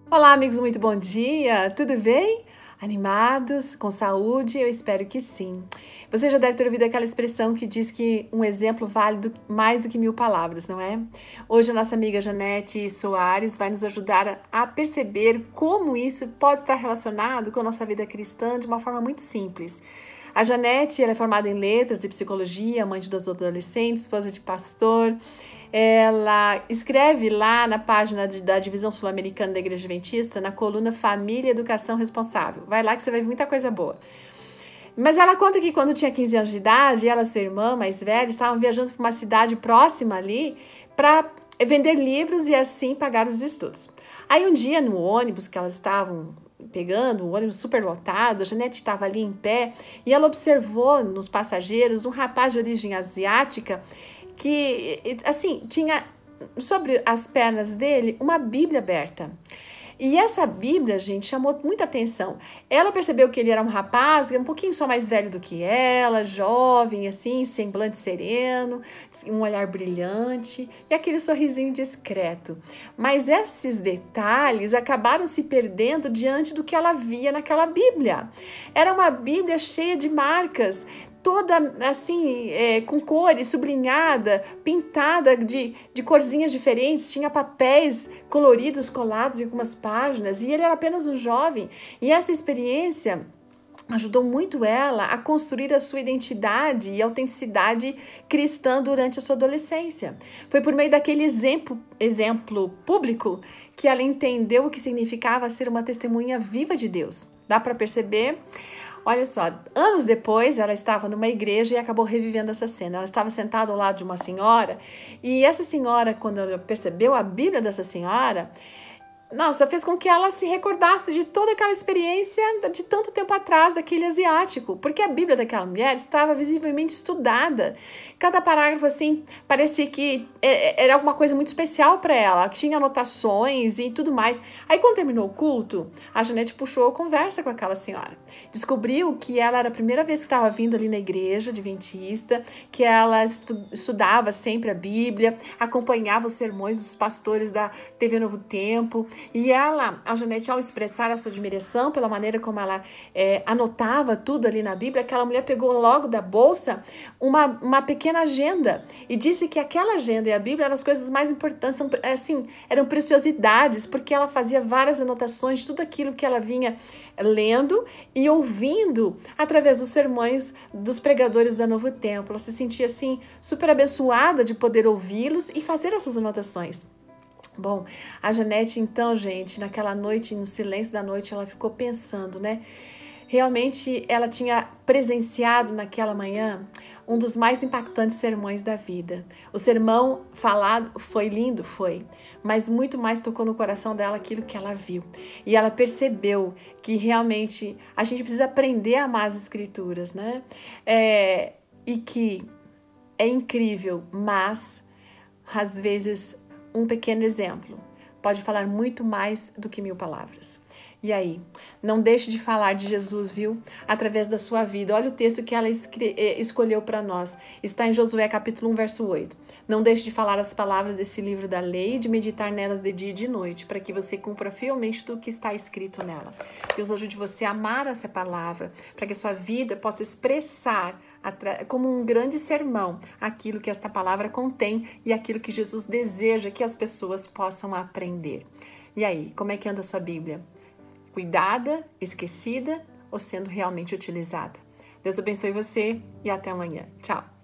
Olá, amigos, muito bom dia! Tudo bem? Animados? Com saúde? Eu espero que sim. Você já deve ter ouvido aquela expressão que diz que um exemplo vale mais do que 1000 palavras, não é? Hoje a nossa amiga Janete Soares vai nos ajudar a perceber como isso pode estar relacionado com a nossa vida cristã de uma forma muito simples. A Janete, ela é formada em letras e psicologia, mãe de 2 adolescentes, esposa de pastor. Ela escreve lá na página da Divisão Sul-Americana da Igreja Adventista, na coluna Família e Educação Responsável. Vai lá que você vai ver muita coisa boa. Mas ela conta que quando tinha 15 anos de idade, ela e sua irmã mais velha estavam viajando para uma cidade próxima ali para vender livros e assim pagar os estudos. Aí um dia no ônibus que elas estavam pegando, um ônibus super lotado, a Janete estava ali em pé e ela observou nos passageiros um rapaz de origem asiática que, assim, tinha sobre as pernas dele uma Bíblia aberta. E essa Bíblia, gente, chamou muita atenção. Ela percebeu que ele era um rapaz, um pouquinho só mais velho do que ela, jovem, assim, semblante sereno, um olhar brilhante e aquele sorrisinho discreto. Mas esses detalhes acabaram se perdendo diante do que ela via naquela Bíblia. Era uma Bíblia cheia de marcas, toda assim, com cores, sublinhada, pintada de corzinhas diferentes, tinha papéis coloridos colados em algumas páginas, e ele era apenas um jovem. E essa experiência ajudou muito ela a construir a sua identidade e autenticidade cristã durante a sua adolescência. Foi por meio daquele exemplo público que ela entendeu o que significava ser uma testemunha viva de Deus. Dá para perceber? Olha só, anos depois ela estava numa igreja e acabou revivendo essa cena. Ela estava sentada ao lado de uma senhora e essa senhora, quando ela percebeu a Bíblia dessa senhora, nossa, fez com que ela se recordasse de toda aquela experiência de tanto tempo atrás, daquele asiático, porque a Bíblia daquela mulher estava visivelmente estudada. Cada parágrafo, assim, parecia que era alguma coisa muito especial para ela, que tinha anotações e tudo mais. Aí, quando terminou o culto, a Janete puxou a conversa com aquela senhora. Descobriu que ela era a primeira vez que estava vindo ali na igreja adventista, que ela estudava sempre a Bíblia, acompanhava os sermões dos pastores da TV Novo Tempo. E a Janete, ao expressar a sua admiração pela maneira como ela anotava tudo ali na Bíblia, aquela mulher pegou logo da bolsa uma pequena agenda e disse que aquela agenda e a Bíblia eram as coisas mais importantes, assim, eram preciosidades, porque ela fazia várias anotações de tudo aquilo que ela vinha lendo e ouvindo através dos sermões dos pregadores da Novo Tempo. Ela se sentia, assim, super abençoada de poder ouvi-los e fazer essas anotações. Bom, a Janete, então, gente, naquela noite, no silêncio da noite, ela ficou pensando, né? Realmente, ela tinha presenciado naquela manhã um dos mais impactantes sermões da vida. O sermão falado foi lindo, foi, mas muito mais tocou no coração dela aquilo que ela viu. E ela percebeu que realmente a gente precisa aprender a amar as Escrituras, né? E que é incrível, mas às vezes um pequeno exemplo pode falar muito mais do que 1000 palavras. E aí, não deixe de falar de Jesus, viu? Através da sua vida. Olha o texto que ela escolheu para nós. Está em Josué capítulo 1, verso 8. Não deixe de falar as palavras desse livro da lei e de meditar nelas de dia e de noite, para que você cumpra fielmente tudo que está escrito nela. Deus ajude você a amar essa palavra, para que a sua vida possa expressar como um grande sermão aquilo que esta palavra contém e aquilo que Jesus deseja que as pessoas possam aprender. E aí, como é que anda a sua Bíblia? Cuidada, esquecida ou sendo realmente utilizada? Deus abençoe você e até amanhã. Tchau!